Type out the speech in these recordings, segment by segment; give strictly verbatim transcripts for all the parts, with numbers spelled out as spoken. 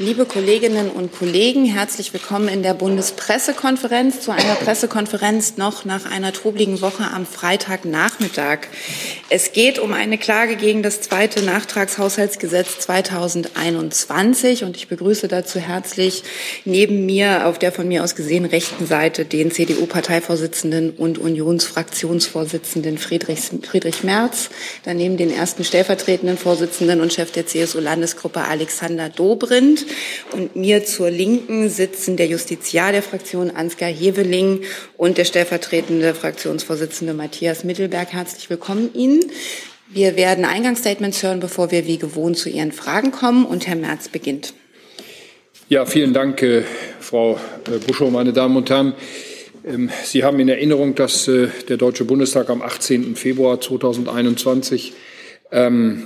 Liebe Kolleginnen und Kollegen, herzlich willkommen in der Bundespressekonferenz, zu einer Pressekonferenz noch nach einer trubeligen Woche am Freitagnachmittag. Es geht um eine Klage gegen das zweite Nachtragshaushaltsgesetz zweitausendeinundzwanzig und ich begrüße dazu herzlich neben mir auf der von mir aus gesehen rechten Seite den C D U-Parteivorsitzenden und Unionsfraktionsvorsitzenden Friedrich, Friedrich Merz, daneben den ersten stellvertretenden Vorsitzenden und Chef der C S U-Landesgruppe Alexander Dobrindt. Und mir zur Linken sitzen der Justiziar der Fraktion Ansgar Heveling und der stellvertretende Fraktionsvorsitzende Matthias Mittelberg. Herzlich willkommen Ihnen. Wir werden Eingangsstatements hören, bevor wir wie gewohnt zu Ihren Fragen kommen. Und Herr Merz beginnt. Ja, vielen Dank, äh, Frau Buschow, meine Damen und Herren. Ähm, Sie haben in Erinnerung, dass äh, der Deutsche Bundestag am achtzehnten Februar zweitausendeinundzwanzig ähm,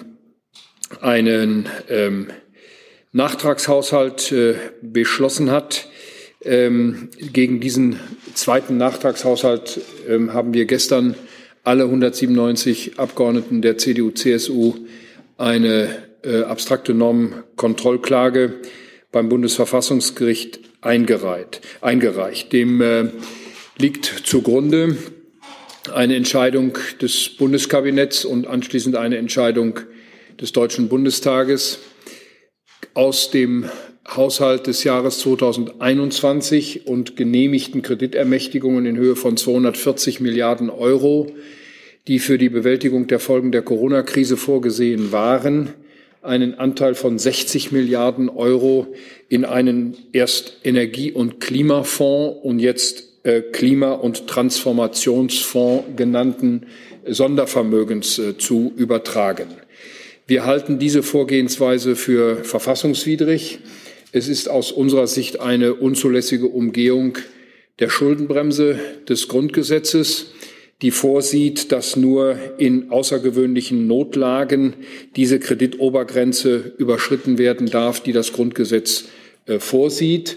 einen ähm, Nachtragshaushalt äh, beschlossen hat. Ähm, gegen diesen zweiten Nachtragshaushalt ähm, haben wir gestern alle hundertsiebenundneunzig Abgeordneten der C D U C S U eine äh, abstrakte Normenkontrollklage beim Bundesverfassungsgericht eingereicht. eingereicht. Dem äh, liegt zugrunde eine Entscheidung des Bundeskabinetts und anschließend eine Entscheidung des Deutschen Bundestages aus dem Haushalt des Jahres zweitausendeinundzwanzig und genehmigten Kreditermächtigungen in Höhe von zweihundertvierzig Milliarden Euro, die für die Bewältigung der Folgen der Corona-Krise vorgesehen waren, einen Anteil von sechzig Milliarden Euro in einen erst Energie- und Klimafonds und jetzt äh, Klima- und Transformationsfonds genannten Sondervermögens äh, zu übertragen. Wir halten diese Vorgehensweise für verfassungswidrig. Es ist aus unserer Sicht eine unzulässige Umgehung der Schuldenbremse des Grundgesetzes, die vorsieht, dass nur in außergewöhnlichen Notlagen diese Kreditobergrenze überschritten werden darf, die das Grundgesetz äh, vorsieht.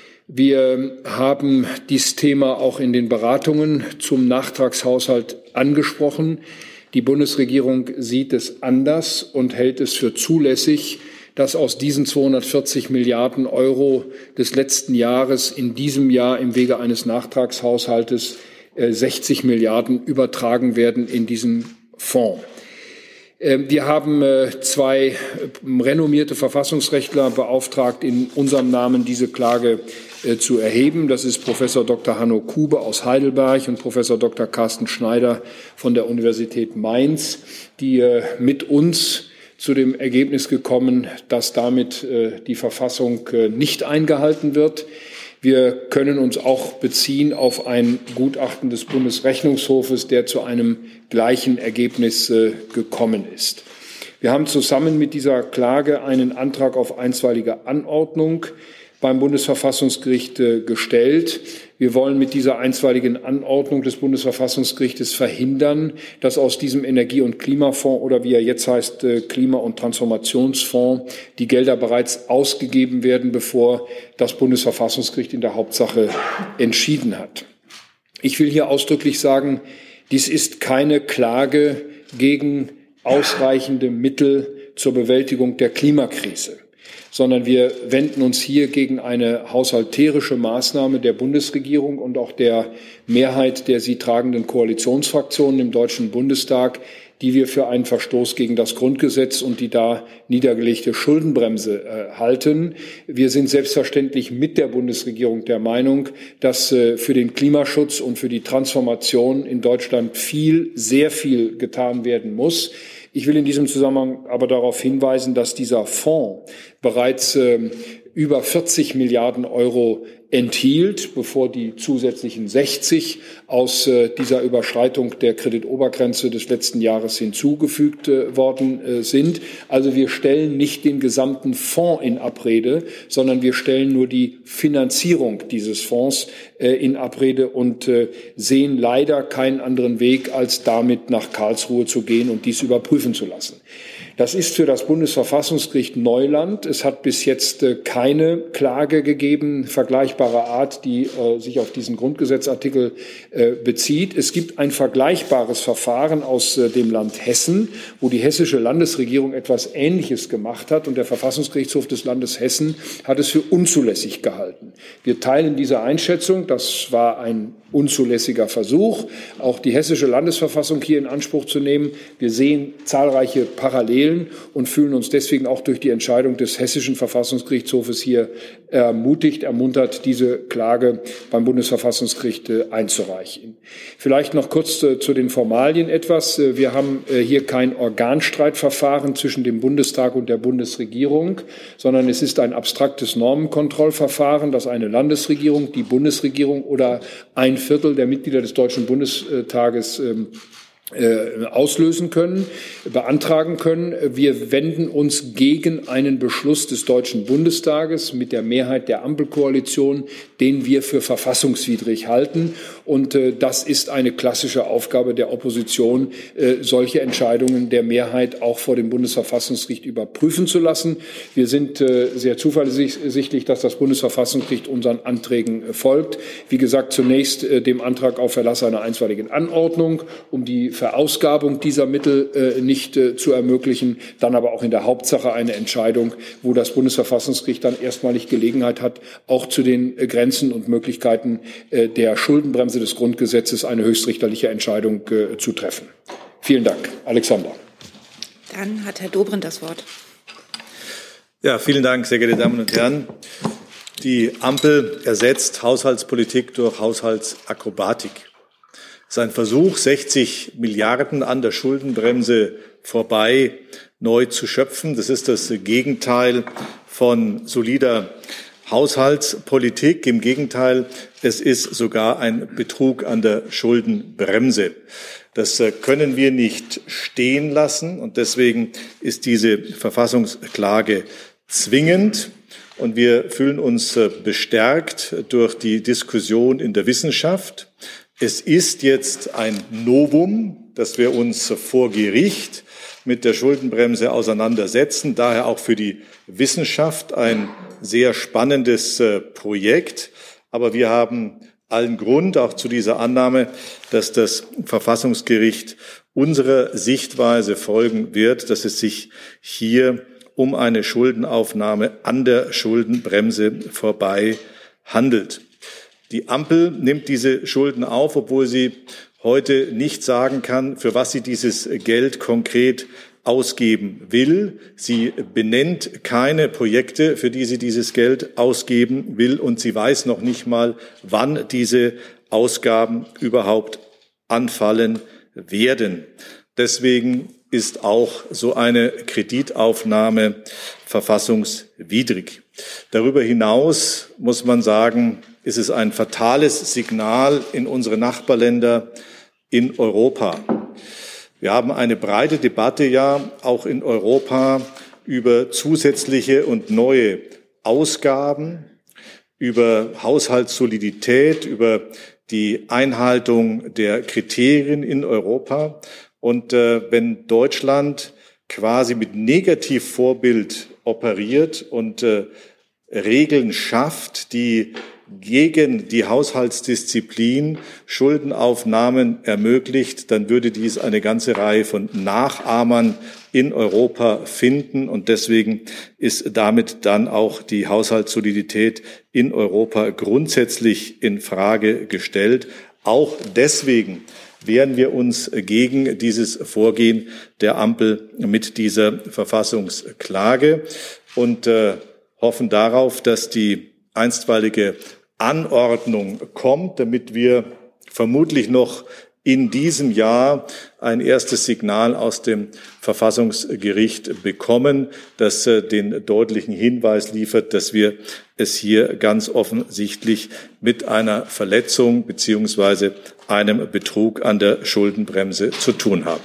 Wir haben dieses Thema auch in den Beratungen zum Nachtragshaushalt angesprochen. Die Bundesregierung sieht es anders und hält es für zulässig, dass aus diesen zweihundertvierzig Milliarden Euro des letzten Jahres in diesem Jahr im Wege eines Nachtragshaushaltes äh, sechzig Milliarden übertragen werden in diesen Fonds. Äh, wir haben äh, zwei äh, renommierte Verfassungsrechtler beauftragt, in unserem Namen diese Klage äh, zu erheben. Das ist Professor Doktor Hanno Kube aus Heidelberg und Professor Doktor Carsten Schneider von der Universität Mainz, die äh, mit uns zu dem Ergebnis gekommen, dass damit äh, die Verfassung äh, nicht eingehalten wird. Wir können uns auch beziehen auf ein Gutachten des Bundesrechnungshofes, der zu einem gleichen Ergebnis äh, gekommen ist. Wir haben zusammen mit dieser Klage einen Antrag auf einstweilige Anordnung beim Bundesverfassungsgericht äh, gestellt. Wir wollen mit dieser einstweiligen Anordnung des Bundesverfassungsgerichtes verhindern, dass aus diesem Energie- und Klimafonds oder wie er jetzt heißt, äh, Klima- und Transformationsfonds, die Gelder bereits ausgegeben werden, bevor das Bundesverfassungsgericht in der Hauptsache entschieden hat. Ich will hier ausdrücklich sagen, dies ist keine Klage gegen ausreichende Mittel zur Bewältigung der Klimakrise, sondern wir wenden uns hier gegen eine haushalterische Maßnahme der Bundesregierung und auch der Mehrheit der sie tragenden Koalitionsfraktionen im Deutschen Bundestag, die wir für einen Verstoß gegen das Grundgesetz und die da niedergelegte Schuldenbremse äh, halten. Wir sind selbstverständlich mit der Bundesregierung der Meinung, dass äh, für den Klimaschutz und für die Transformation in Deutschland viel, sehr viel getan werden muss. Ich will in diesem Zusammenhang aber darauf hinweisen, dass dieser Fonds bereits äh, über vierzig Milliarden Euro enthielt, bevor die zusätzlichen sechzig aus äh, dieser Überschreitung der Kreditobergrenze des letzten Jahres hinzugefügt äh, worden äh, sind. Also wir stellen nicht den gesamten Fonds in Abrede, sondern wir stellen nur die Finanzierung dieses Fonds äh, in Abrede und äh, sehen leider keinen anderen Weg, als damit nach Karlsruhe zu gehen und dies überprüfen zu lassen. Das ist für das Bundesverfassungsgericht Neuland. Es hat bis jetzt keine Klage gegeben, vergleichbarer Art, die äh, sich auf diesen Grundgesetzartikel äh, bezieht. Es gibt ein vergleichbares Verfahren aus äh, dem Land Hessen, wo die hessische Landesregierung etwas Ähnliches gemacht hat, und der Verfassungsgerichtshof des Landes Hessen hat es für unzulässig gehalten. Wir teilen diese Einschätzung. Das war ein unzulässiger Versuch, auch die hessische Landesverfassung hier in Anspruch zu nehmen. Wir sehen zahlreiche Parallelen und fühlen uns deswegen auch durch die Entscheidung des hessischen Verfassungsgerichtshofes hier ermutigt, ermuntert, diese Klage beim Bundesverfassungsgericht einzureichen. Vielleicht noch kurz zu den Formalien etwas. Wir haben hier kein Organstreitverfahren zwischen dem Bundestag und der Bundesregierung, sondern es ist ein abstraktes Normenkontrollverfahren, das eine Landesregierung, die Bundesregierung oder ein Viertel der Mitglieder des Deutschen Bundestages ähm, äh, auslösen können, beantragen können. Wir wenden uns gegen einen Beschluss des Deutschen Bundestages mit der Mehrheit der Ampelkoalition, den wir für verfassungswidrig halten. Und äh, das ist eine klassische Aufgabe der Opposition, äh, solche Entscheidungen der Mehrheit auch vor dem Bundesverfassungsgericht überprüfen zu lassen. Wir sind äh, sehr zuversichtlich, dass das Bundesverfassungsgericht unseren Anträgen äh, folgt. Wie gesagt, zunächst äh, dem Antrag auf Erlass einer einstweiligen Anordnung, um die Verausgabung dieser Mittel äh, nicht äh, zu ermöglichen, dann aber auch in der Hauptsache eine Entscheidung, wo das Bundesverfassungsgericht dann erstmalig Gelegenheit hat, auch zu den äh, Grenzen und Möglichkeiten äh, der Schuldenbremse des Grundgesetzes eine höchstrichterliche Entscheidung äh, zu treffen. Vielen Dank. Alexander. Dann hat Herr Dobrindt das Wort. Ja, vielen Dank, sehr geehrte Damen und Herren. Die Ampel ersetzt Haushaltspolitik durch Haushaltsakrobatik. Es ist ein Versuch, sechzig Milliarden an der Schuldenbremse vorbei neu zu schöpfen. Das ist das Gegenteil von solider Haushaltspolitik. Im Gegenteil, es ist sogar ein Betrug an der Schuldenbremse. Das können wir nicht stehen lassen, und deswegen ist diese Verfassungsklage zwingend. Und wir fühlen uns bestärkt durch die Diskussion in der Wissenschaft. Es ist jetzt ein Novum, dass wir uns vor Gericht mit der Schuldenbremse auseinandersetzen. Daher auch für die Wissenschaft ein sehr spannendes Projekt. Aber wir haben allen Grund auch zu dieser Annahme, dass das Verfassungsgericht unserer Sichtweise folgen wird, dass es sich hier um eine Schuldenaufnahme an der Schuldenbremse vorbei handelt. Die Ampel nimmt diese Schulden auf, obwohl sie heute nicht sagen kann, für was sie dieses Geld konkret ausgeben will. Sie benennt keine Projekte, für die sie dieses Geld ausgeben will, und sie weiß noch nicht mal, wann diese Ausgaben überhaupt anfallen werden. Deswegen ist auch so eine Kreditaufnahme verfassungswidrig. Darüber hinaus muss man sagen, ist es ein fatales Signal in unsere Nachbarländer in Europa. Wir haben eine breite Debatte ja auch in Europa über zusätzliche und neue Ausgaben, über Haushaltssolidität, über die Einhaltung der Kriterien in Europa. Und äh, wenn Deutschland quasi mit Negativvorbild operiert und äh, Regeln schafft, die gegen die Haushaltsdisziplin Schuldenaufnahmen ermöglicht, dann würde dies eine ganze Reihe von Nachahmern in Europa finden. Und deswegen ist damit dann auch die Haushaltssolidität in Europa grundsätzlich in Frage gestellt. Auch deswegen wehren wir uns gegen dieses Vorgehen der Ampel mit dieser Verfassungsklage und äh, hoffen darauf, dass die einstweilige Anordnung kommt, damit wir vermutlich noch in diesem Jahr ein erstes Signal aus dem Verfassungsgericht bekommen, das den deutlichen Hinweis liefert, dass wir es hier ganz offensichtlich mit einer Verletzung beziehungsweise einem Betrug an der Schuldenbremse zu tun haben.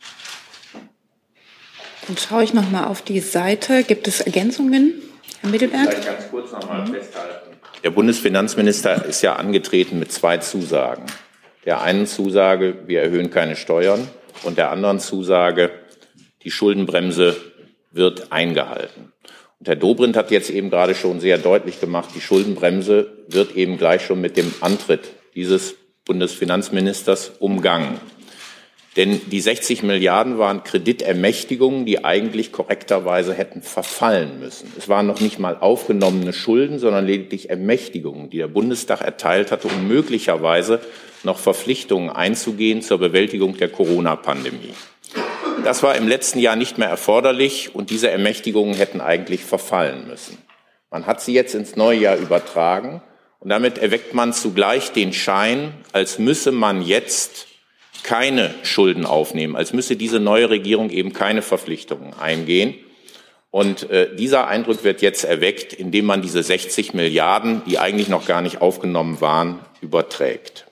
Dann schaue ich noch mal auf die Seite. Gibt es Ergänzungen, Herr Mittelberg? Vielleicht ganz kurz noch mal mhm. festhalten. Der Bundesfinanzminister ist ja angetreten mit zwei Zusagen. Der einen Zusage, wir erhöhen keine Steuern, und der anderen Zusage, Die Schuldenbremse wird eingehalten. Und Herr Dobrindt hat jetzt eben gerade schon sehr deutlich gemacht, die Schuldenbremse wird eben gleich schon mit dem Antritt dieses Bundesfinanzministers umgangen. Denn die sechzig Milliarden waren Kreditermächtigungen, die eigentlich korrekterweise hätten verfallen müssen. Es waren noch nicht mal aufgenommene Schulden, sondern lediglich Ermächtigungen, die der Bundestag erteilt hatte, um möglicherweise noch Verpflichtungen einzugehen zur Bewältigung der Corona-Pandemie. Das war im letzten Jahr nicht mehr erforderlich und diese Ermächtigungen hätten eigentlich verfallen müssen. Man hat sie jetzt ins neue Jahr übertragen und damit erweckt man zugleich den Schein, als müsse man jetzt keine Schulden aufnehmen, als müsse diese neue Regierung eben keine Verpflichtungen eingehen. Und äh, dieser Eindruck wird jetzt erweckt, indem man diese sechzig Milliarden, die eigentlich noch gar nicht aufgenommen waren, überträgt.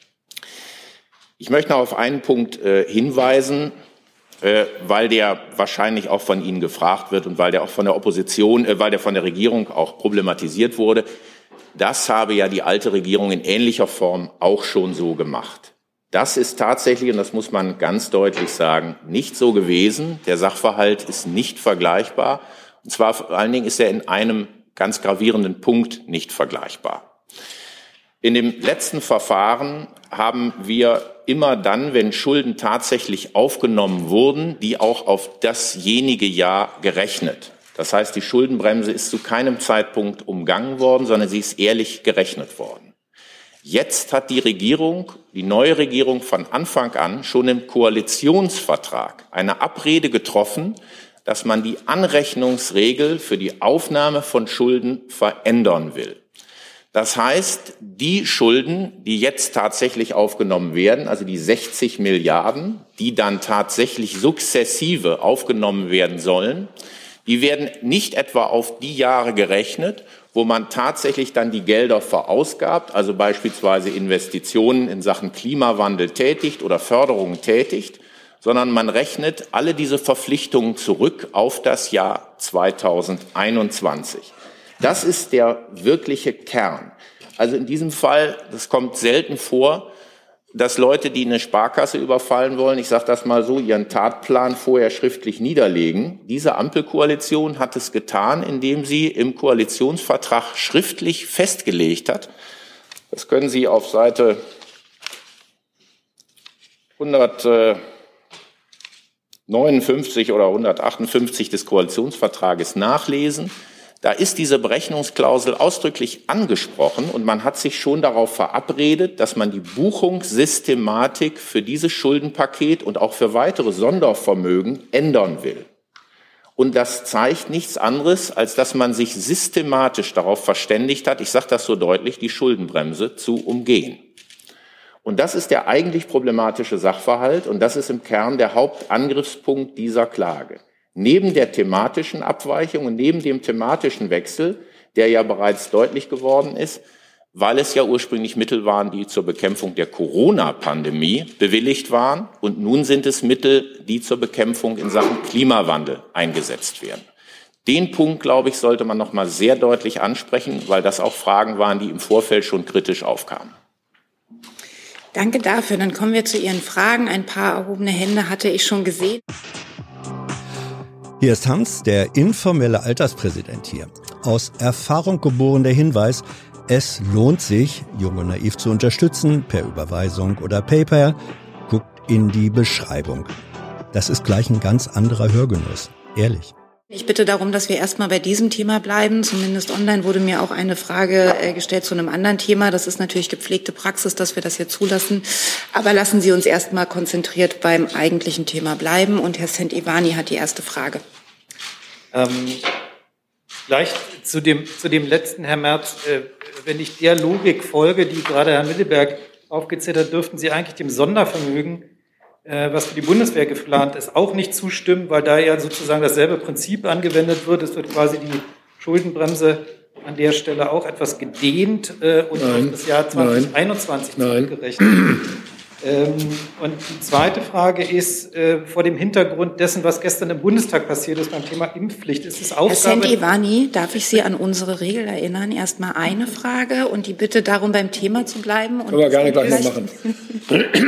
Ich möchte noch auf einen Punkt äh, hinweisen, äh, weil der wahrscheinlich auch von Ihnen gefragt wird und weil der auch von der Opposition, äh, weil der von der Regierung auch problematisiert wurde. Das habe ja die alte Regierung in ähnlicher Form auch schon so gemacht. Das ist tatsächlich, und das muss man ganz deutlich sagen, nicht so gewesen. Der Sachverhalt ist nicht vergleichbar. Und zwar vor allen Dingen ist er in einem ganz gravierenden Punkt nicht vergleichbar. In dem letzten Verfahren haben wir immer dann, wenn Schulden tatsächlich aufgenommen wurden, die auch auf dasjenige Jahr gerechnet. Das heißt, die Schuldenbremse ist zu keinem Zeitpunkt umgangen worden, sondern sie ist ehrlich gerechnet worden. Jetzt hat die Regierung, die neue Regierung von Anfang an schon im Koalitionsvertrag eine Abrede getroffen, dass man die Anrechnungsregel für die Aufnahme von Schulden verändern will. Das heißt, die Schulden, die jetzt tatsächlich aufgenommen werden, also die sechzig Milliarden, die dann tatsächlich sukzessive aufgenommen werden sollen, die werden nicht etwa auf die Jahre gerechnet, wo man tatsächlich dann die Gelder verausgabt, also beispielsweise Investitionen in Sachen Klimawandel tätigt oder Förderungen tätigt, sondern man rechnet alle diese Verpflichtungen zurück auf das Jahr zweitausendeinundzwanzig. Das ist der wirkliche Kern. Also in diesem Fall, das kommt selten vor, dass Leute, die eine Sparkasse überfallen wollen, ich sage das mal so, ihren Tatplan vorher schriftlich niederlegen. Diese Ampelkoalition hat es getan, indem sie im Koalitionsvertrag schriftlich festgelegt hat. Das können Sie auf Seite hundertneunundfünfzig oder hundertachtundfünfzig des Koalitionsvertrages nachlesen. Da ist diese Berechnungsklausel ausdrücklich angesprochen und man hat sich schon darauf verabredet, dass man die Buchungssystematik für dieses Schuldenpaket und auch für weitere Sondervermögen ändern will. Und das zeigt nichts anderes, als dass man sich systematisch darauf verständigt hat, ich sage das so deutlich, die Schuldenbremse zu umgehen. Und das ist der eigentlich problematische Sachverhalt und das ist im Kern der Hauptangriffspunkt dieser Klage. Neben der thematischen Abweichung und neben dem thematischen Wechsel, der ja bereits deutlich geworden ist, weil es ja ursprünglich Mittel waren, die zur Bekämpfung der Corona-Pandemie bewilligt waren und nun sind es Mittel, die zur Bekämpfung in Sachen Klimawandel eingesetzt werden. Den Punkt, glaube ich, sollte man noch mal sehr deutlich ansprechen, weil das auch Fragen waren, die im Vorfeld schon kritisch aufkamen. Danke dafür. Dann kommen wir zu Ihren Fragen. Ein paar erhobene Hände hatte ich schon gesehen. Hier ist Hans, der informelle Alterspräsident hier. Aus Erfahrung geboren der Hinweis, es lohnt sich, Jung und Naiv zu unterstützen, per Überweisung oder PayPal. Guckt in die Beschreibung. Das ist gleich ein ganz anderer Hörgenuss. Ehrlich. Ich bitte darum, dass wir erstmal bei diesem Thema bleiben. Zumindest online wurde mir auch eine Frage gestellt zu einem anderen Thema. Das ist natürlich gepflegte Praxis, dass wir das hier zulassen. Aber lassen Sie uns erstmal konzentriert beim eigentlichen Thema bleiben. Und Herr Sent-Ivani hat die erste Frage. Ähm, vielleicht zu dem, zu dem letzten, Herr Merz. Äh, wenn ich der Logik folge, die gerade Herr Mittelberg aufgezählt hat, dürften Sie eigentlich dem Sondervermögen, was für die Bundeswehr geplant ist, auch nicht zustimmen, weil da ja sozusagen dasselbe Prinzip angewendet wird. Es wird quasi die Schuldenbremse an der Stelle auch etwas gedehnt äh, und nein, auf das Jahr zweitausendeinundzwanzig zurückgerechnet. Ähm, und die zweite Frage ist, äh, vor dem Hintergrund dessen, was gestern im Bundestag passiert ist beim Thema Impfpflicht, ist es Aufgabe... Herr Sent-Ivani, darf ich Sie an unsere Regel erinnern? Erstmal eine Frage und die Bitte darum, beim Thema zu bleiben. Und können wir gerne gleich noch machen.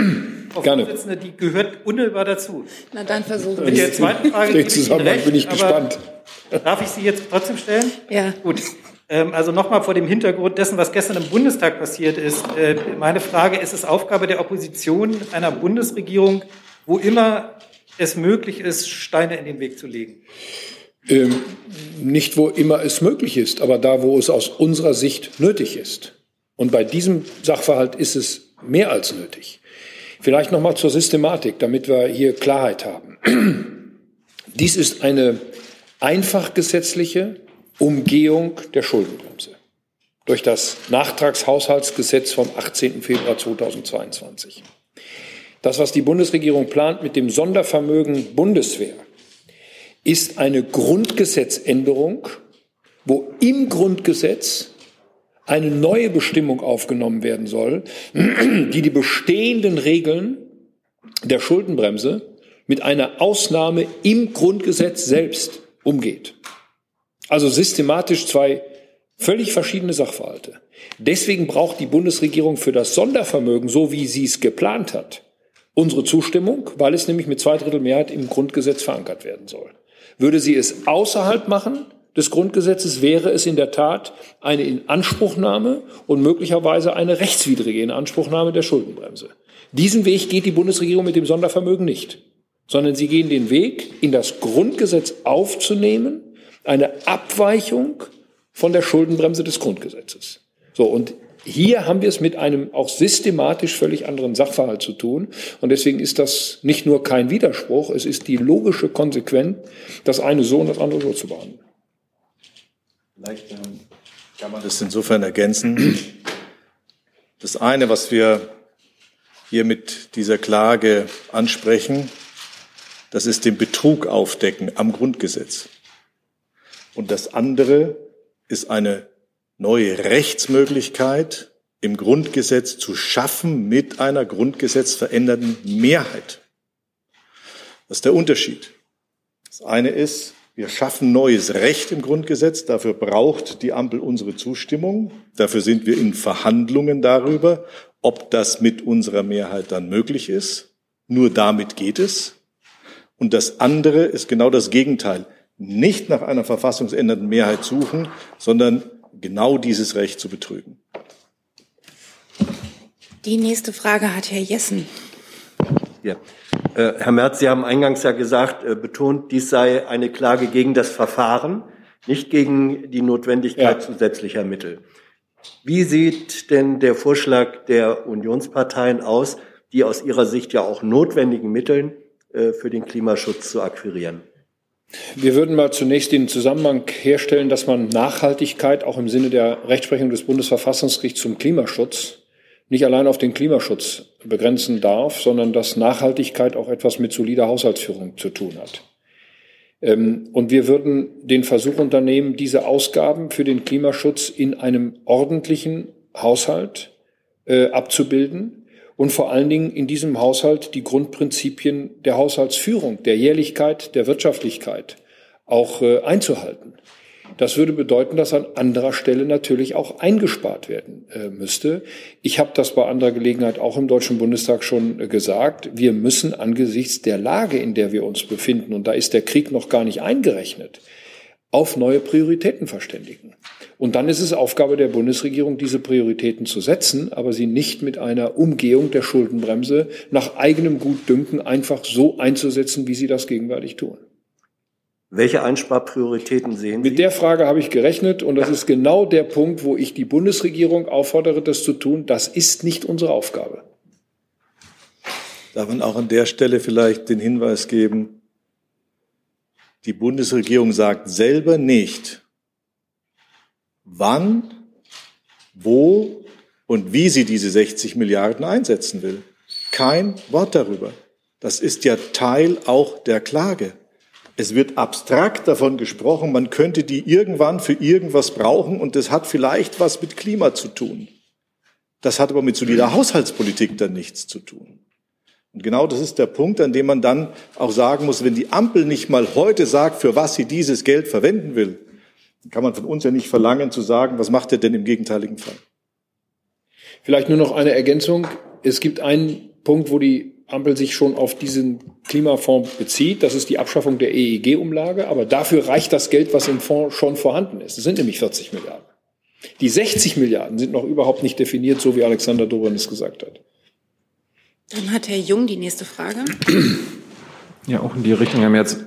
Frau Gerne. Vorsitzende, die gehört unmittelbar dazu. Na dann versuchen wir Mit der es. zweiten Frage Den gebe ich Ihnen Zusammenhang recht, bin ich aber gespannt. darf ich sie jetzt trotzdem stellen? Ja. Gut. Ähm, Also nochmal vor dem Hintergrund dessen, was gestern im Bundestag passiert ist. äh, Meine Frage, ist es Aufgabe der Opposition einer Bundesregierung, wo immer es möglich ist, Steine in den Weg zu legen? Ähm, nicht, wo immer es möglich ist, aber da, wo es aus unserer Sicht nötig ist. Und bei diesem Sachverhalt ist es mehr als nötig. Vielleicht noch mal zur Systematik, damit wir hier Klarheit haben. Dies ist eine einfach gesetzliche Umgehung der Schuldenbremse durch das Nachtragshaushaltsgesetz vom achtzehnten Februar zweitausendzweiundzwanzig. Das, was die Bundesregierung plant mit dem Sondervermögen Bundeswehr, ist eine Grundgesetzänderung, wo im Grundgesetz eine neue Bestimmung aufgenommen werden soll, die die bestehenden Regeln der Schuldenbremse mit einer Ausnahme im Grundgesetz selbst umgeht. Also systematisch zwei völlig verschiedene Sachverhalte. Deswegen braucht die Bundesregierung für das Sondervermögen, so wie sie es geplant hat, unsere Zustimmung, weil es nämlich mit Zweidrittelmehrheit im Grundgesetz verankert werden soll. Würde sie es außerhalb machen des Grundgesetzes, wäre es in der Tat eine Inanspruchnahme und möglicherweise eine rechtswidrige Inanspruchnahme der Schuldenbremse. Diesen Weg geht die Bundesregierung mit dem Sondervermögen nicht, sondern sie gehen den Weg, in das Grundgesetz aufzunehmen, eine Abweichung von der Schuldenbremse des Grundgesetzes. So, und hier haben wir es mit einem auch systematisch völlig anderen Sachverhalt zu tun. Und deswegen ist das nicht nur kein Widerspruch, es ist die logische Konsequenz, das eine so und das andere so zu behandeln. Vielleicht ähm, kann man das insofern ergänzen. Das eine, was wir hier mit dieser Klage ansprechen, das ist den Betrug aufdecken am Grundgesetz. Und das andere ist eine neue Rechtsmöglichkeit im Grundgesetz zu schaffen mit einer grundgesetzverändernden Mehrheit. Das ist der Unterschied. Das eine ist, wir schaffen neues Recht im Grundgesetz. Dafür braucht die Ampel unsere Zustimmung. Dafür sind wir in Verhandlungen darüber, ob das mit unserer Mehrheit dann möglich ist. Nur damit geht es. Und das andere ist genau das Gegenteil. Nicht nach einer verfassungsändernden Mehrheit suchen, sondern genau dieses Recht zu betrügen. Die nächste Frage hat Herr Jessen. Ja. Äh, Herr Merz, Sie haben eingangs ja gesagt, äh, betont, dies sei eine Klage gegen das Verfahren, nicht gegen die Notwendigkeit ja. zusätzlicher Mittel. Wie sieht denn der Vorschlag der Unionsparteien aus, die aus Ihrer Sicht ja auch notwendigen Mitteln äh, für den Klimaschutz zu akquirieren? Wir würden mal zunächst den Zusammenhang herstellen, dass man Nachhaltigkeit auch im Sinne der Rechtsprechung des Bundesverfassungsgerichts zum Klimaschutz nicht allein auf den Klimaschutz begrenzen darf, sondern dass Nachhaltigkeit auch etwas mit solider Haushaltsführung zu tun hat. Und wir würden den Versuch unternehmen, diese Ausgaben für den Klimaschutz in einem ordentlichen Haushalt äh, abzubilden und vor allen Dingen in diesem Haushalt die Grundprinzipien der Haushaltsführung, der Jährlichkeit, der Wirtschaftlichkeit auch äh, einzuhalten. Das würde bedeuten, dass an anderer Stelle natürlich auch eingespart werden äh, müsste. Ich habe das bei anderer Gelegenheit auch im Deutschen Bundestag schon äh, gesagt. Wir müssen angesichts der Lage, in der wir uns befinden, und da ist der Krieg noch gar nicht eingerechnet, auf neue Prioritäten verständigen. Und dann ist es Aufgabe der Bundesregierung, diese Prioritäten zu setzen, aber sie nicht mit einer Umgehung der Schuldenbremse nach eigenem Gutdünken einfach so einzusetzen, wie sie das gegenwärtig tun. Welche Einsparprioritäten sehen Sie? Mit der Frage habe ich gerechnet und das ist genau der Punkt, wo ich die Bundesregierung auffordere, das zu tun. Das ist nicht unsere Aufgabe. Darf man auch an der Stelle vielleicht den Hinweis geben, die Bundesregierung sagt selber nicht, wann, wo und wie sie diese sechzig Milliarden einsetzen will. Kein Wort darüber. Das ist ja Teil auch der Klage. Es wird abstrakt davon gesprochen, man könnte die irgendwann für irgendwas brauchen und das hat vielleicht was mit Klima zu tun. Das hat aber mit solider Haushaltspolitik dann nichts zu tun. Und genau das ist der Punkt, an dem man dann auch sagen muss, wenn die Ampel nicht mal heute sagt, für was sie dieses Geld verwenden will, dann kann man von uns ja nicht verlangen zu sagen, was macht er denn im gegenteiligen Fall. Vielleicht nur noch eine Ergänzung. Es gibt einen Punkt, wo die Ampel sich schon auf diesen Klimafonds bezieht. Das ist die Abschaffung der E E G-Umlage. Aber dafür reicht das Geld, was im Fonds schon vorhanden ist. Das sind nämlich vierzig Milliarden. Die sechzig Milliarden sind noch überhaupt nicht definiert, so wie Alexander Dobrindt es gesagt hat. Dann hat Herr Jung die nächste Frage. Ja, auch in die Richtung, Herr Merz.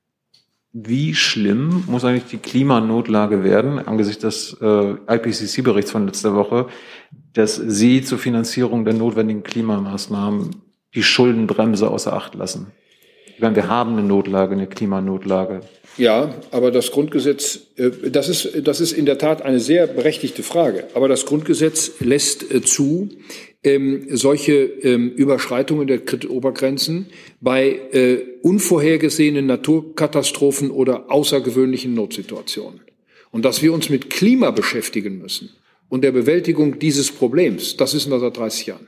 Wie schlimm muss eigentlich die Klimanotlage werden, angesichts des äh, I P C C-Berichts von letzter Woche, dass Sie zur Finanzierung der notwendigen Klimamaßnahmen die Schuldenbremse außer Acht lassen? Ich meine, wir haben eine Notlage, eine Klimanotlage. Ja, aber das Grundgesetz, das ist, das ist in der Tat eine sehr berechtigte Frage. Aber das Grundgesetz lässt zu, ähm, solche ähm, Überschreitungen der Kreditobergrenzen bei äh, unvorhergesehenen Naturkatastrophen oder außergewöhnlichen Notsituationen. Und dass wir uns mit Klima beschäftigen müssen und der Bewältigung dieses Problems, das wissen wir seit dreißig Jahren.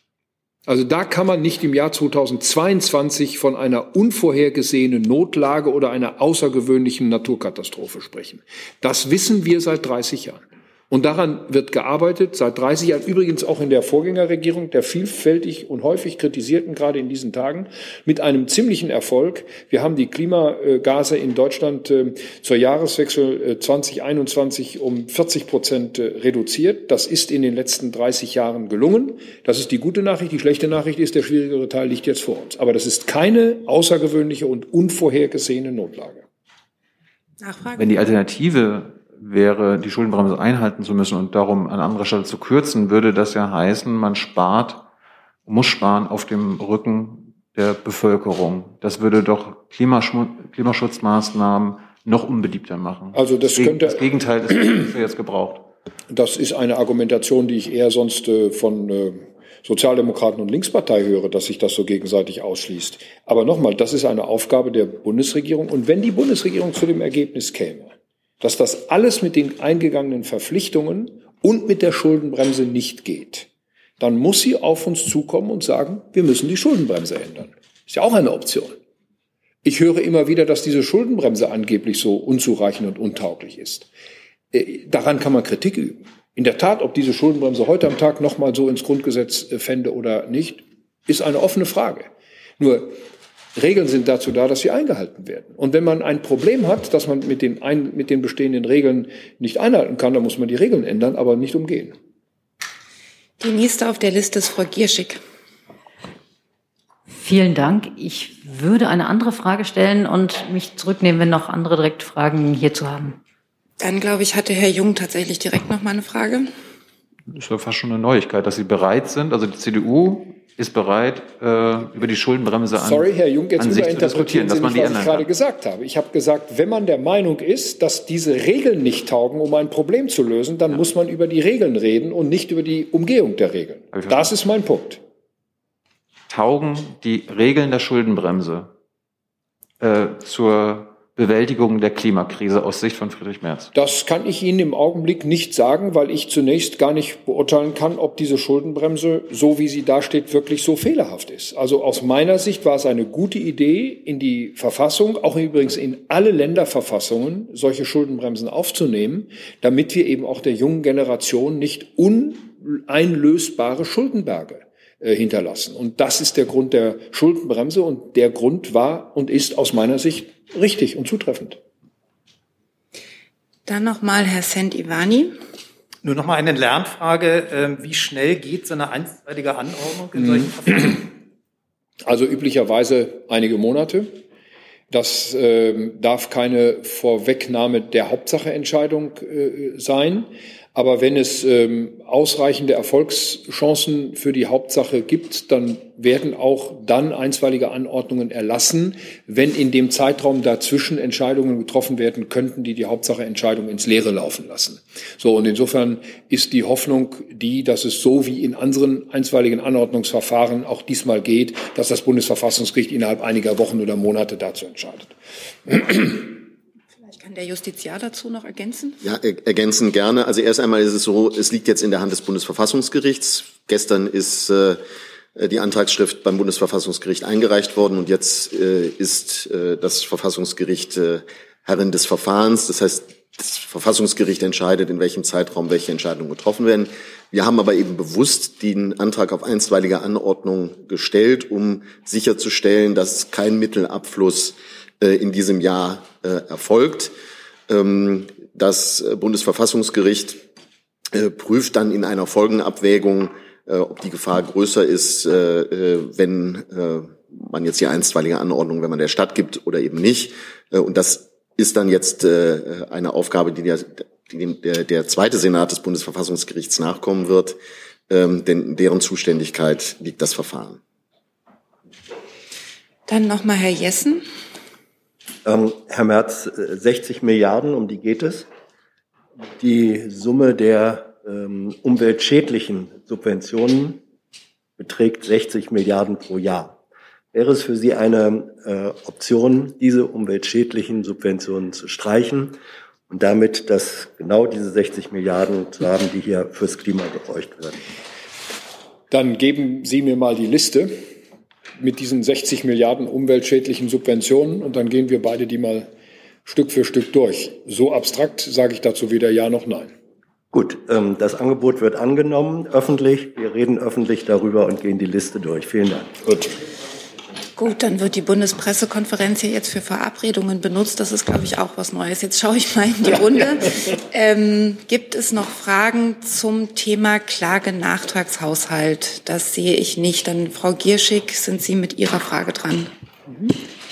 Also da kann man nicht im Jahr zweitausendzweiundzwanzig von einer unvorhergesehenen Notlage oder einer außergewöhnlichen Naturkatastrophe sprechen. Das wissen wir seit dreißig Jahren. Und daran wird gearbeitet, seit dreißig Jahren, übrigens auch in der Vorgängerregierung, der vielfältig und häufig kritisierten, gerade in diesen Tagen, mit einem ziemlichen Erfolg. Wir haben die Klimagase in Deutschland äh, zur Jahreswechsel äh, zwanzig einundzwanzig um vierzig Prozent äh, reduziert. Das ist in den letzten dreißig Jahren gelungen. Das ist die gute Nachricht. Die schlechte Nachricht ist, der schwierigere Teil liegt jetzt vor uns. Aber das ist keine außergewöhnliche und unvorhergesehene Notlage. Nachfrage? Wenn die Alternative wäre, die Schuldenbremse einhalten zu müssen und darum an anderer Stelle zu kürzen, würde das ja heißen, man spart, muss sparen auf dem Rücken der Bevölkerung. Das würde doch Klimaschmu- Klimaschutzmaßnahmen noch unbeliebter machen. Also das das könnte, das Gegenteil ist jetzt gebraucht. Das ist eine Argumentation, die ich eher sonst äh, von äh, Sozialdemokraten und Linkspartei höre, dass sich das so gegenseitig ausschließt. Aber nochmal, das ist eine Aufgabe der Bundesregierung. Und wenn die Bundesregierung zu dem Ergebnis käme, dass das alles mit den eingegangenen Verpflichtungen und mit der Schuldenbremse nicht geht, dann muss sie auf uns zukommen und sagen, wir müssen die Schuldenbremse ändern. Ist ja auch eine Option. Ich höre immer wieder, dass diese Schuldenbremse angeblich so unzureichend und untauglich ist. Äh, daran kann man Kritik üben. In der Tat, ob diese Schuldenbremse heute am Tag noch mal so ins Grundgesetz äh, fände oder nicht, ist eine offene Frage. Nur Regeln sind dazu da, dass sie eingehalten werden. Und wenn man ein Problem hat, dass man mit den, ein, mit den bestehenden Regeln nicht einhalten kann, dann muss man die Regeln ändern, aber nicht umgehen. Die nächste auf der Liste ist Frau Gierschig. Vielen Dank. Ich würde eine andere Frage stellen und mich zurücknehmen, wenn noch andere direkt Fragen hierzu haben. Dann, glaube ich, hatte Herr Jung tatsächlich direkt noch mal eine Frage. Das ist ja fast schon eine Neuigkeit, dass Sie bereit sind, also die C D U ist bereit, äh, über die Schuldenbremse an, Sorry, Herr Jung, jetzt an sich zu diskutieren, dass man die was ändern ich gerade kann. gesagt habe. Ich habe gesagt, wenn man der Meinung ist, dass diese Regeln nicht taugen, um ein Problem zu lösen, dann ja. muss man über die Regeln reden und nicht über die Umgehung der Regeln. Das ist mein Punkt. Taugen die Regeln der Schuldenbremse äh, zur Bewältigung der Klimakrise aus Sicht von Friedrich Merz? Das kann ich Ihnen im Augenblick nicht sagen, weil ich zunächst gar nicht beurteilen kann, ob diese Schuldenbremse, so wie sie dasteht, wirklich so fehlerhaft ist. Also aus meiner Sicht war es eine gute Idee, in die Verfassung, auch übrigens in alle Länderverfassungen, solche Schuldenbremsen aufzunehmen, damit wir eben auch der jungen Generation nicht uneinlösbare Schuldenberge äh, hinterlassen. Und das ist der Grund der Schuldenbremse und der Grund war und ist aus meiner Sicht richtig und zutreffend. Dann nochmal Herr Sent-Ivani. Nur nochmal eine Lernfrage. Wie schnell geht so eine einstweilige Anordnung in solchen Verfahren? Also üblicherweise einige Monate. Das äh, darf keine Vorwegnahme der Hauptsacheentscheidung äh, sein. Aber wenn es ähm, ausreichende Erfolgschancen für die Hauptsache gibt, dann werden auch dann einstweilige Anordnungen erlassen, wenn in dem Zeitraum dazwischen Entscheidungen getroffen werden könnten, die die Hauptsacheentscheidung ins Leere laufen lassen. So, und insofern ist die Hoffnung die, dass es so wie in anderen einstweiligen Anordnungsverfahren auch diesmal geht, dass das Bundesverfassungsgericht innerhalb einiger Wochen oder Monate dazu entscheidet. Kann der Justiziar dazu noch ergänzen? Ja, ergänzen gerne. Also erst einmal ist es so, es liegt jetzt in der Hand des Bundesverfassungsgerichts. Gestern ist äh, die Antragsschrift beim Bundesverfassungsgericht eingereicht worden und jetzt äh, ist äh, das Verfassungsgericht äh, Herrin des Verfahrens. Das heißt, das Verfassungsgericht entscheidet, in welchem Zeitraum welche Entscheidungen getroffen werden. Wir haben aber eben bewusst den Antrag auf einstweilige Anordnung gestellt, um sicherzustellen, dass kein Mittelabfluss äh, in diesem Jahr äh, erfolgt. Ähm, das Bundesverfassungsgericht äh, prüft dann in einer Folgenabwägung, äh, ob die Gefahr größer ist, äh, wenn äh, man jetzt die einstweilige Anordnung, wenn man der Stadt gibt oder eben nicht. Äh, und das ist dann jetzt äh, eine Aufgabe, die der, die der, der zweite Senat des Bundesverfassungsgerichts nachkommen wird, ähm, denn in deren Zuständigkeit liegt das Verfahren. Dann nochmal Herr Jessen. Ähm, Herr Merz, sechzig Milliarden, um die geht es. Die Summe der ähm, umweltschädlichen Subventionen beträgt sechzig Milliarden pro Jahr. Wäre es für Sie eine äh, Option, diese umweltschädlichen Subventionen zu streichen und damit, dass genau diese sechzig Milliarden zu haben, die hier fürs Klima geräucht werden? Dann geben Sie mir mal die Liste mit diesen sechzig Milliarden umweltschädlichen Subventionen und dann gehen wir beide die mal Stück für Stück durch. So abstrakt sage ich dazu weder Ja noch Nein. Gut, ähm, das Angebot wird angenommen, öffentlich. Wir reden öffentlich darüber und gehen die Liste durch. Vielen Dank. Gut. Gut, dann wird die Bundespressekonferenz hier jetzt für Verabredungen benutzt. Das ist, glaube ich, auch was Neues. Jetzt schaue ich mal in die Runde. ähm, gibt es noch Fragen zum Thema Klagenachtragshaushalt? Das sehe ich nicht. Dann, Frau Gierschig, sind Sie mit Ihrer Frage dran. Mhm.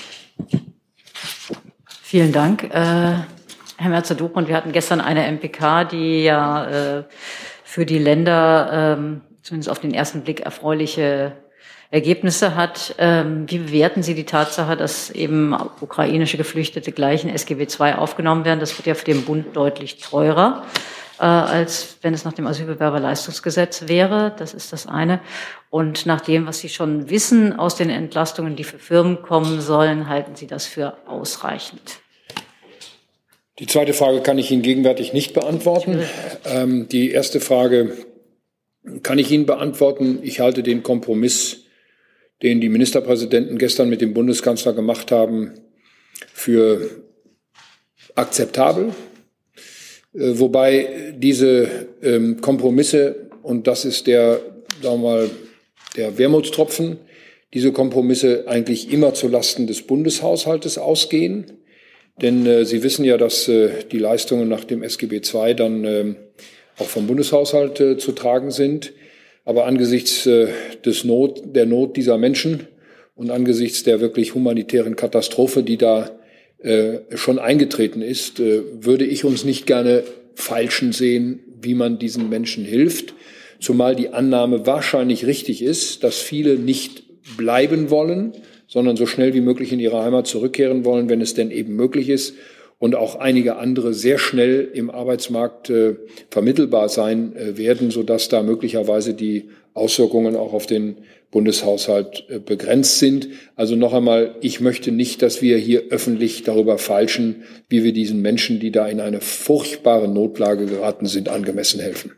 Vielen Dank. Äh, Herr Merz-Dobrindt, wir hatten gestern eine M P K, die ja äh, für die Länder ähm, zumindest auf den ersten Blick erfreuliche Ergebnisse hat. Ähm, wie bewerten Sie die Tatsache, dass eben ukrainische Geflüchtete gleich in S G B zwei aufgenommen werden? Das wird ja für den Bund deutlich teurer, äh, als wenn es nach dem Asylbewerberleistungsgesetz wäre. Das ist das eine. Und nach dem, was Sie schon wissen aus den Entlastungen, die für Firmen kommen sollen, halten Sie das für ausreichend? Die zweite Frage kann ich Ihnen gegenwärtig nicht beantworten. Ähm, die erste Frage kann ich Ihnen beantworten. Ich halte den Kompromiss, den die Ministerpräsidenten gestern mit dem Bundeskanzler gemacht haben, für akzeptabel. Äh, wobei diese ähm, Kompromisse, und das ist der, sagen wir mal, der Wermutstropfen, diese Kompromisse eigentlich immer zulasten des Bundeshaushaltes ausgehen. Denn äh, Sie wissen ja, dass äh, die Leistungen nach dem S G B zwei dann äh, auch vom Bundeshaushalt äh, zu tragen sind. Aber angesichts äh, des Not, der Not dieser Menschen und angesichts der wirklich humanitären Katastrophe, die da äh, schon eingetreten ist, äh, würde ich uns nicht gerne feilschen sehen, wie man diesen Menschen hilft. Zumal die Annahme wahrscheinlich richtig ist, dass viele nicht bleiben wollen, sondern so schnell wie möglich in ihre Heimat zurückkehren wollen, wenn es denn eben möglich ist. Und auch einige andere sehr schnell im Arbeitsmarkt äh, vermittelbar sein äh, werden, sodass da möglicherweise die Auswirkungen auch auf den Bundeshaushalt äh, begrenzt sind. Also noch einmal, ich möchte nicht, dass wir hier öffentlich darüber feilschen, wie wir diesen Menschen, die da in eine furchtbare Notlage geraten sind, angemessen helfen.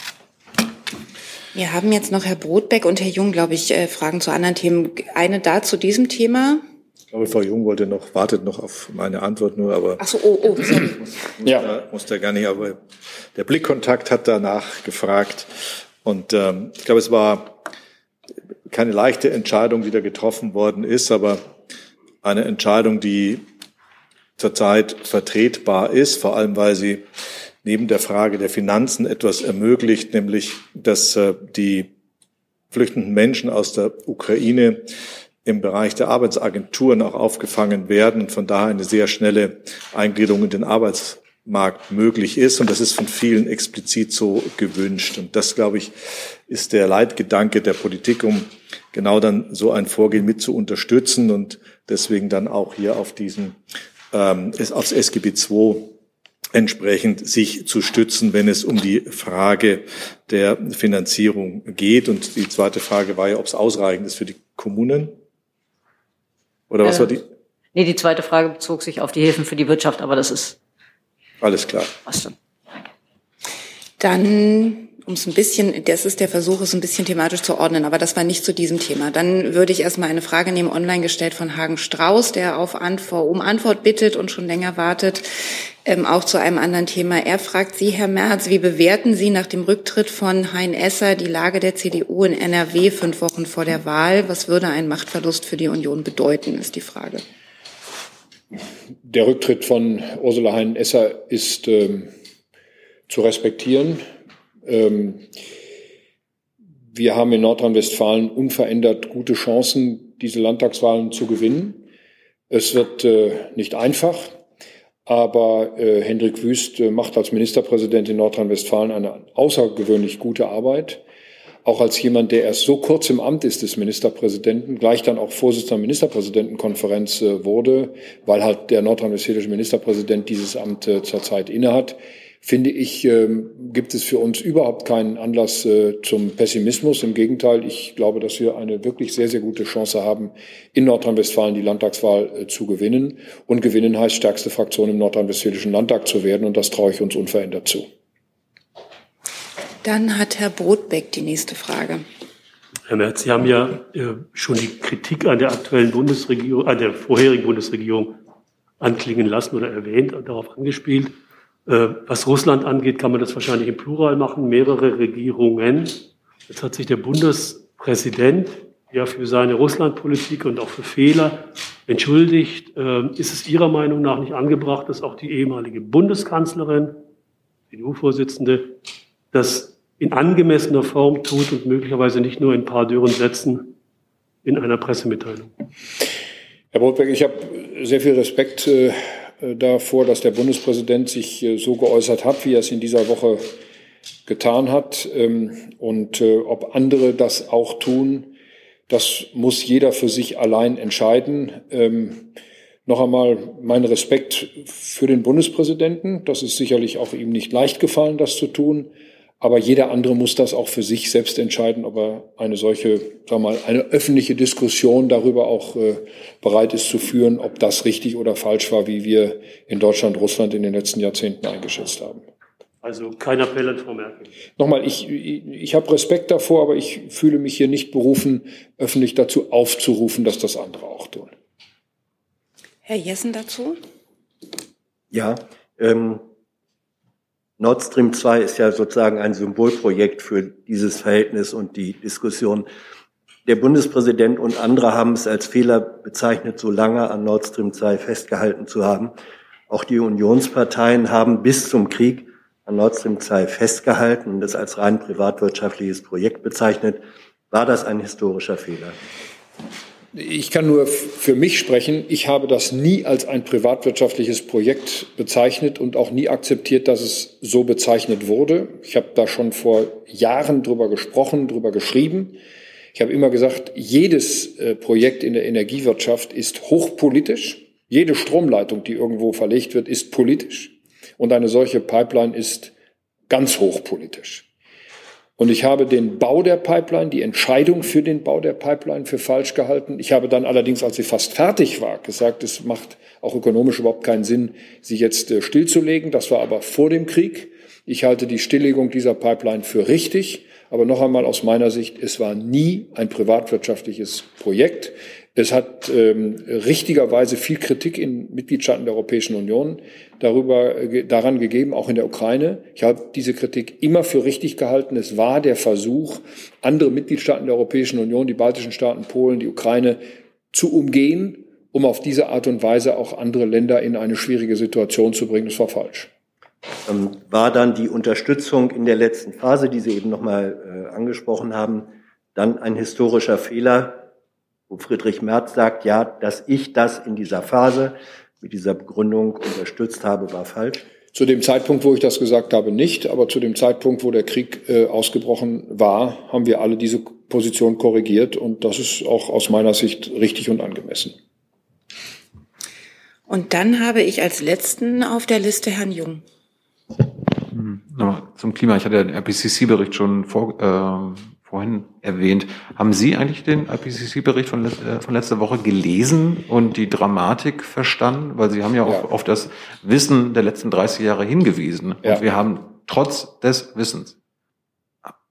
Wir haben jetzt noch Herr Brodbeck und Herr Jung, glaube ich, äh, Fragen zu anderen Themen. Eine da zu diesem Thema. Ich glaube, Frau Jung wollte noch, wartet noch auf meine Antwort nur, aber. Ach so, oh, oh, sorry. Ja. Muss da gar nicht, aber der Blickkontakt hat danach gefragt. Und ähm, ich glaube, es war keine leichte Entscheidung, die da getroffen worden ist, aber eine Entscheidung, die zurzeit vertretbar ist, vor allem weil sie neben der Frage der Finanzen etwas ermöglicht, nämlich dass äh, die flüchtenden Menschen aus der Ukraine im Bereich der Arbeitsagenturen auch aufgefangen werden und von daher eine sehr schnelle Eingliederung in den Arbeitsmarkt möglich ist. Und das ist von vielen explizit so gewünscht. Und das, glaube ich, ist der Leitgedanke der Politik, um genau dann so ein Vorgehen mit zu unterstützen und deswegen dann auch hier auf diesen, ähm, aufs S G B zwei entsprechend sich zu stützen, wenn es um die Frage der Finanzierung geht. Und die zweite Frage war ja, ob es ausreichend ist für die Kommunen. Oder was äh, war die? Nee, die zweite Frage bezog sich auf die Hilfen für die Wirtschaft, aber das ist alles klar. Was schon. Dann um es ein bisschen, das ist der Versuch, es ein bisschen thematisch zu ordnen, aber das war nicht zu diesem Thema. Dann würde ich erstmal eine Frage nehmen, online gestellt von Hagen Strauß, der auf Antwort, um Antwort bittet und schon länger wartet, ähm, auch zu einem anderen Thema. Er fragt Sie, Herr Merz, wie bewerten Sie nach dem Rücktritt von Hein Esser die Lage der C D U in N R W fünf Wochen vor der Wahl? Was würde ein Machtverlust für die Union bedeuten, ist die Frage. Der Rücktritt von Ursula Hein-Esser ist ähm, zu respektieren. Ähm, wir haben in Nordrhein-Westfalen unverändert gute Chancen, diese Landtagswahlen zu gewinnen. Es wird äh, nicht einfach, aber äh, Hendrik Wüst äh, macht als Ministerpräsident in Nordrhein-Westfalen eine außergewöhnlich gute Arbeit. Auch als jemand, der erst so kurz im Amt ist des Ministerpräsidenten, gleich dann auch Vorsitzender der Ministerpräsidentenkonferenz äh, wurde, weil halt der nordrhein-westfälische Ministerpräsident dieses Amt äh, zurzeit innehat, finde ich, ähm, gibt es für uns überhaupt keinen Anlass äh, zum Pessimismus. Im Gegenteil, ich glaube, dass wir eine wirklich sehr, sehr gute Chance haben, in Nordrhein-Westfalen die Landtagswahl äh, zu gewinnen. Und gewinnen heißt, stärkste Fraktion im nordrhein-westfälischen Landtag zu werden. Und das traue ich uns unverändert zu. Dann hat Herr Brodbeck die nächste Frage. Herr Merz, Sie haben ja äh, schon die Kritik an der aktuellen Bundesregierung, an der vorherigen Bundesregierung anklingen lassen oder erwähnt, darauf angespielt. Äh, was Russland angeht, kann man das wahrscheinlich im Plural machen, mehrere Regierungen. Jetzt hat sich der Bundespräsident ja für seine Russlandpolitik und auch für Fehler entschuldigt. Äh, ist es Ihrer Meinung nach nicht angebracht, dass auch die ehemalige Bundeskanzlerin, C D U-Vorsitzende, das in angemessener Form tut und möglicherweise nicht nur in ein paar dürren Sätzen in einer Pressemitteilung? Herr Brodbeck, ich habe sehr viel Respekt äh, davor, dass der Bundespräsident sich äh, so geäußert hat, wie er es in dieser Woche getan hat. Ähm, und äh, ob andere das auch tun, das muss jeder für sich allein entscheiden. Ähm, noch einmal mein Respekt für den Bundespräsidenten. Das ist sicherlich auch ihm nicht leicht gefallen, das zu tun. Aber jeder andere muss das auch für sich selbst entscheiden, ob er eine solche, sagen wir mal, eine öffentliche Diskussion darüber auch äh, bereit ist zu führen, ob das richtig oder falsch war, wie wir in Deutschland, Russland in den letzten Jahrzehnten eingeschätzt haben. Also kein Appell an Frau Merkel. Nochmal, ich, ich, ich habe Respekt davor, aber ich fühle mich hier nicht berufen, öffentlich dazu aufzurufen, dass das andere auch tun. Herr Jessen dazu? Ja, ähm, Nord Stream zwei ist ja sozusagen ein Symbolprojekt für dieses Verhältnis und die Diskussion. Der Bundespräsident und andere haben es als Fehler bezeichnet, so lange an Nord Stream zwei festgehalten zu haben. Auch die Unionsparteien haben bis zum Krieg an Nord Stream zwei festgehalten und das als rein privatwirtschaftliches Projekt bezeichnet. War das ein historischer Fehler? Ich kann nur für mich sprechen. Ich habe das nie als ein privatwirtschaftliches Projekt bezeichnet und auch nie akzeptiert, dass es so bezeichnet wurde. Ich habe da schon vor Jahren drüber gesprochen, drüber geschrieben. Ich habe immer gesagt, jedes äh, Projekt in der Energiewirtschaft ist hochpolitisch. Jede Stromleitung, die irgendwo verlegt wird, ist politisch. Und eine solche Pipeline ist ganz hochpolitisch. Und ich habe den Bau der Pipeline, die Entscheidung für den Bau der Pipeline für falsch gehalten. Ich habe dann allerdings, als sie fast fertig war, gesagt, es macht auch ökonomisch überhaupt keinen Sinn, sie jetzt äh, stillzulegen. Das war aber vor dem Krieg. Ich halte die Stilllegung dieser Pipeline für richtig. Aber noch einmal aus meiner Sicht, es war nie ein privatwirtschaftliches Projekt. Es hat ähm, richtigerweise viel Kritik in Mitgliedstaaten der Europäischen Union darüber, äh, daran gegeben, auch in der Ukraine. Ich habe diese Kritik immer für richtig gehalten. Es war der Versuch, andere Mitgliedstaaten der Europäischen Union, die baltischen Staaten, Polen, die Ukraine zu umgehen, um auf diese Art und Weise auch andere Länder in eine schwierige Situation zu bringen. Das war falsch. War dann die Unterstützung in der letzten Phase, die Sie eben nochmal äh, angesprochen haben, dann ein historischer Fehler, wo Friedrich Merz sagt, ja, dass ich das in dieser Phase mit dieser Begründung unterstützt habe, war falsch? Zu dem Zeitpunkt, wo ich das gesagt habe, nicht. Aber zu dem Zeitpunkt, wo der Krieg äh, ausgebrochen war, haben wir alle diese Position korrigiert. Und das ist auch aus meiner Sicht richtig und angemessen. Und dann habe ich als letzten auf der Liste Herrn Jung. Zum Klima, ich hatte den I P C C-Bericht schon vor, äh, vorhin erwähnt. Haben Sie eigentlich den I P C C-Bericht von, äh, von letzter Woche gelesen und die Dramatik verstanden? Weil Sie haben ja auch ja. auf das Wissen der letzten dreißig Jahre hingewiesen. Ja. Und wir haben trotz des Wissens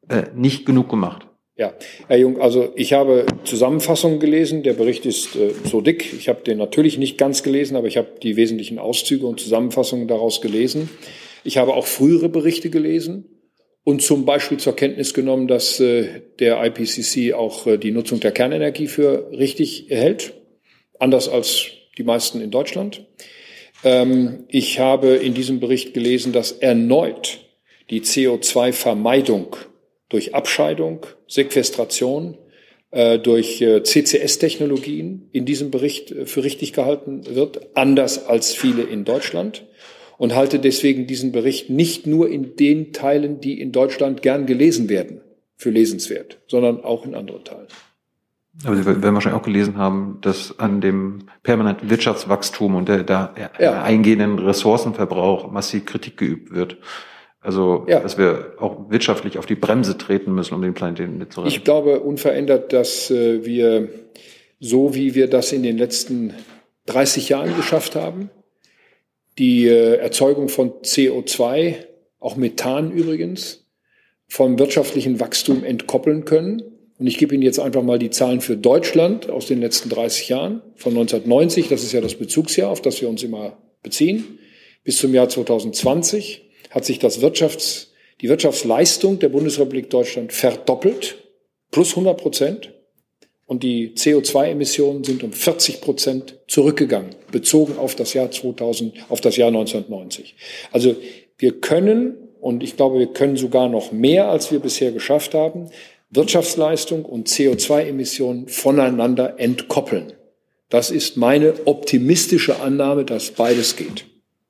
äh, nicht genug gemacht. Ja, Herr Jung, also ich habe Zusammenfassungen gelesen. Der Bericht ist äh, so dick. Ich habe den natürlich nicht ganz gelesen, aber ich habe die wesentlichen Auszüge und Zusammenfassungen daraus gelesen. Ich habe auch frühere Berichte gelesen und zum Beispiel zur Kenntnis genommen, dass äh, der I P C C auch äh, die Nutzung der Kernenergie für richtig hält, anders als die meisten in Deutschland. Ähm, ich habe in diesem Bericht gelesen, dass erneut die C O zwei Vermeidung durch Abscheidung, Sequestration, äh, durch äh, C C S-Technologien in diesem Bericht äh, für richtig gehalten wird, anders als viele in Deutschland. Und halte deswegen diesen Bericht nicht nur in den Teilen, die in Deutschland gern gelesen werden, für lesenswert, sondern auch in anderen Teilen. Aber Sie werden wahrscheinlich auch gelesen haben, dass an dem permanenten Wirtschaftswachstum und der da ja. eingehenden Ressourcenverbrauch massiv Kritik geübt wird. Also, ja. dass wir auch wirtschaftlich auf die Bremse treten müssen, um den Planeten mitzuretten. Ich glaube unverändert, dass äh, wir, so wie wir das in den letzten dreißig Jahren geschafft haben, die äh, Erzeugung von C O zwei, auch Methan übrigens, vom wirtschaftlichen Wachstum entkoppeln können. Und ich gebe Ihnen jetzt einfach mal die Zahlen für Deutschland aus den letzten dreißig Jahren, von neunzehnhundertneunzig, das ist ja das Bezugsjahr, auf das wir uns immer beziehen, bis zum Jahr zweitausendzwanzig hat sich das Wirtschafts-, die Wirtschaftsleistung der Bundesrepublik Deutschland verdoppelt, plus hundert Prozent. Und die C O zwei Emissionen sind um vierzig Prozent zurückgegangen, bezogen auf das Jahr zweitausend, auf das Jahr neunzehnhundertneunzig. Also wir können, und ich glaube, wir können sogar noch mehr, als wir bisher geschafft haben, Wirtschaftsleistung und C O zwei Emissionen voneinander entkoppeln. Das ist meine optimistische Annahme, dass beides geht.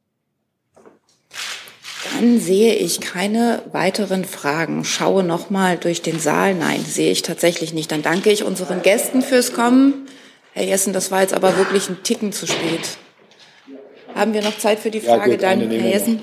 Dann sehe ich keine weiteren Fragen. Schaue noch mal durch den Saal. Nein, sehe ich tatsächlich nicht. Dann danke ich unseren Gästen fürs Kommen. Herr Jessen, das war jetzt aber wirklich ein Ticken zu spät. Haben wir noch Zeit für die Frage? Ja, gut, dann, Herr Jessen.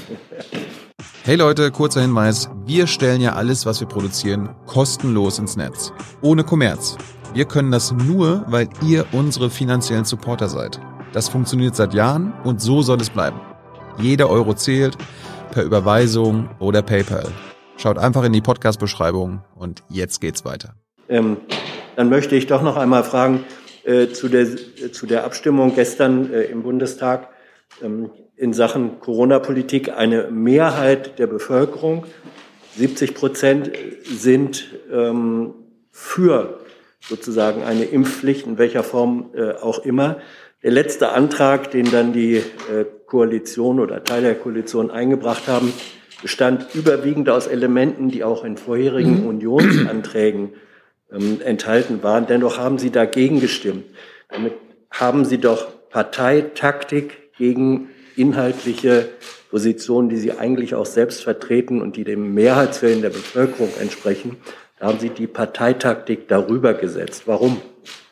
Hey Leute, kurzer Hinweis. Wir stellen ja alles, was wir produzieren, kostenlos ins Netz. Ohne Kommerz. Wir können das nur, weil ihr unsere finanziellen Supporter seid. Das funktioniert seit Jahren und so soll es bleiben. Jeder Euro zählt, per Überweisung oder PayPal. Schaut einfach in die Podcast-Beschreibung und jetzt geht's weiter. Ähm, dann möchte ich doch noch einmal fragen äh, zu, der, äh, zu der Abstimmung gestern äh, im Bundestag ähm, in Sachen Corona-Politik. Eine Mehrheit der Bevölkerung, siebzig Prozent, sind ähm, für sozusagen eine Impfpflicht, in welcher Form äh, auch immer. Der letzte Antrag, den dann die äh, Koalition oder Teile der Koalition eingebracht haben, bestand überwiegend aus Elementen, die auch in vorherigen Unionsanträgen ähm, enthalten waren. Dennoch haben Sie dagegen gestimmt. Damit haben Sie doch Parteitaktik gegen inhaltliche Positionen, die Sie eigentlich auch selbst vertreten und die dem Mehrheitswillen der Bevölkerung entsprechen. Da haben Sie die Parteitaktik darüber gesetzt. Warum?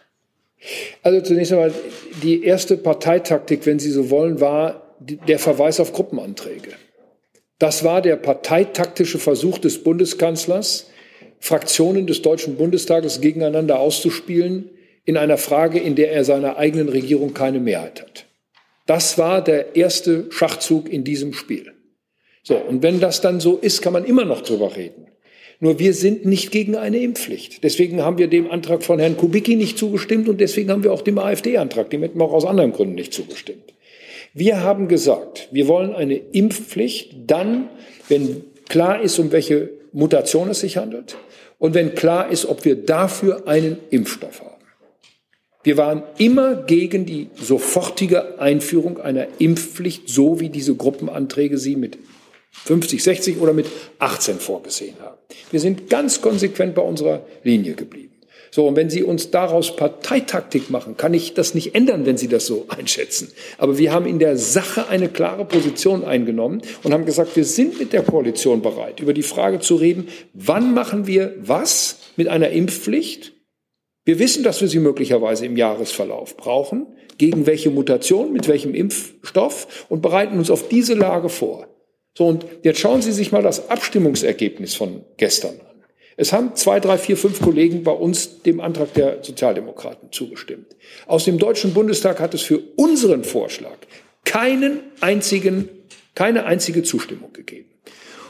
Also zunächst einmal, die erste Parteitaktik, wenn Sie so wollen, war der Verweis auf Gruppenanträge. Das war der parteitaktische Versuch des Bundeskanzlers, Fraktionen des Deutschen Bundestages gegeneinander auszuspielen in einer Frage, in der er seiner eigenen Regierung keine Mehrheit hat. Das war der erste Schachzug in diesem Spiel. So, und wenn das dann so ist, kann man immer noch drüber reden. Nur wir sind nicht gegen eine Impfpflicht. Deswegen haben wir dem Antrag von Herrn Kubicki nicht zugestimmt und deswegen haben wir auch dem AfD-Antrag, dem hätten wir auch aus anderen Gründen nicht zugestimmt. Wir haben gesagt, wir wollen eine Impfpflicht dann, wenn klar ist, um welche Mutation es sich handelt und wenn klar ist, ob wir dafür einen Impfstoff haben. Wir waren immer gegen die sofortige Einführung einer Impfpflicht, so wie diese Gruppenanträge sie mit fünfzig, sechzig oder mit achtzehn vorgesehen haben. Wir sind ganz konsequent bei unserer Linie geblieben. So, und wenn Sie uns daraus Parteitaktik machen, kann ich das nicht ändern, wenn Sie das so einschätzen. Aber wir haben in der Sache eine klare Position eingenommen und haben gesagt, wir sind mit der Koalition bereit, über die Frage zu reden, wann machen wir was mit einer Impfpflicht? Wir wissen, dass wir sie möglicherweise im Jahresverlauf brauchen, gegen welche Mutation, mit welchem Impfstoff und bereiten uns auf diese Lage vor. So, und jetzt schauen Sie sich mal das Abstimmungsergebnis von gestern an. Es haben zwei, drei, vier, fünf Kollegen bei uns dem Antrag der Sozialdemokraten zugestimmt. Aus dem Deutschen Bundestag hat es für unseren Vorschlag keinen einzigen, keine einzige Zustimmung gegeben.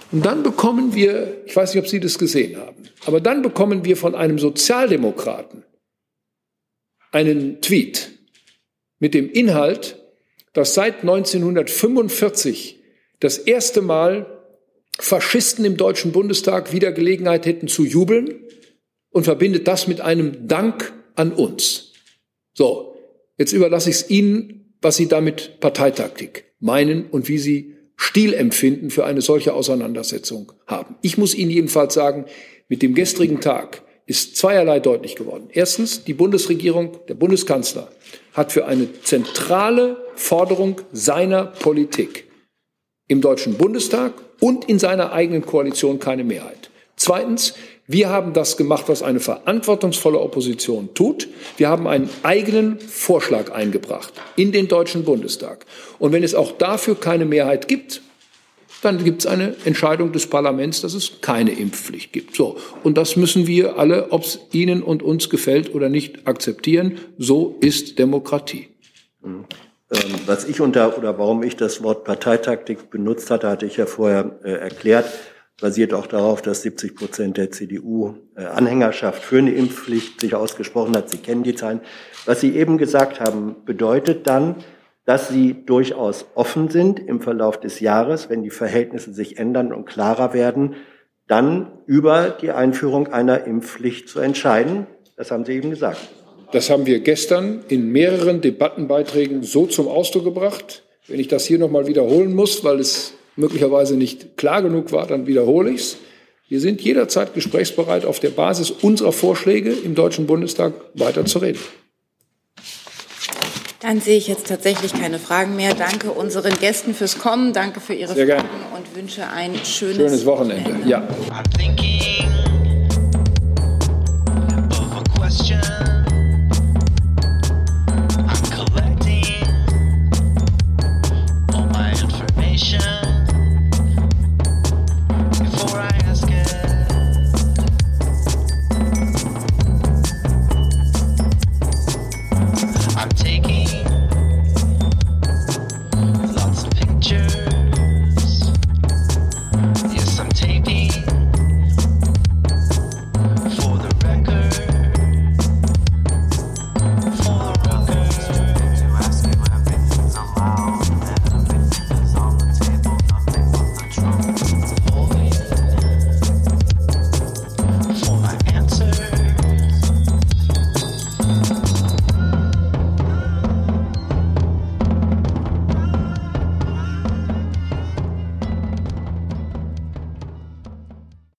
Und dann bekommen wir, ich weiß nicht, ob Sie das gesehen haben, aber dann bekommen wir von einem Sozialdemokraten einen Tweet mit dem Inhalt, dass seit neunzehnhundertfünfundvierzig das erste Mal Faschisten im Deutschen Bundestag wieder Gelegenheit hätten zu jubeln und verbindet das mit einem Dank an uns. So, jetzt überlasse ich es Ihnen, was Sie damit Parteitaktik meinen und wie Sie Stilempfinden für eine solche Auseinandersetzung haben. Ich muss Ihnen jedenfalls sagen, mit dem gestrigen Tag ist zweierlei deutlich geworden. Erstens, die Bundesregierung, der Bundeskanzler hat für eine zentrale Forderung seiner Politik im Deutschen Bundestag und in seiner eigenen Koalition keine Mehrheit. Zweitens, wir haben das gemacht, was eine verantwortungsvolle Opposition tut. Wir haben einen eigenen Vorschlag eingebracht in den Deutschen Bundestag. Und wenn es auch dafür keine Mehrheit gibt, dann gibt es eine Entscheidung des Parlaments, dass es keine Impfpflicht gibt. So. Und das müssen wir alle, ob es Ihnen und uns gefällt oder nicht, akzeptieren. So ist Demokratie. Mhm. Was ich unter, oder warum ich das Wort Parteitaktik benutzt hatte, hatte ich ja vorher äh, erklärt, basiert auch darauf, dass siebzig Prozent der C D U-Anhängerschaft für eine Impfpflicht sich ausgesprochen hat. Sie kennen die Zahlen. Was Sie eben gesagt haben, bedeutet dann, dass Sie durchaus offen sind im Verlauf des Jahres, wenn die Verhältnisse sich ändern und klarer werden, dann über die Einführung einer Impfpflicht zu entscheiden. Das haben Sie eben gesagt. Das haben wir gestern in mehreren Debattenbeiträgen so zum Ausdruck gebracht. Wenn ich das hier noch mal wiederholen muss, weil es möglicherweise nicht klar genug war, dann wiederhole ich es. Wir sind jederzeit gesprächsbereit, auf der Basis unserer Vorschläge im Deutschen Bundestag weiter zu reden. Dann sehe ich jetzt tatsächlich keine Fragen mehr. Danke unseren Gästen fürs Kommen, danke für Ihre Sehr Fragen gern. und wünsche ein schönes, schönes Wochenende. Wochenende. Ja.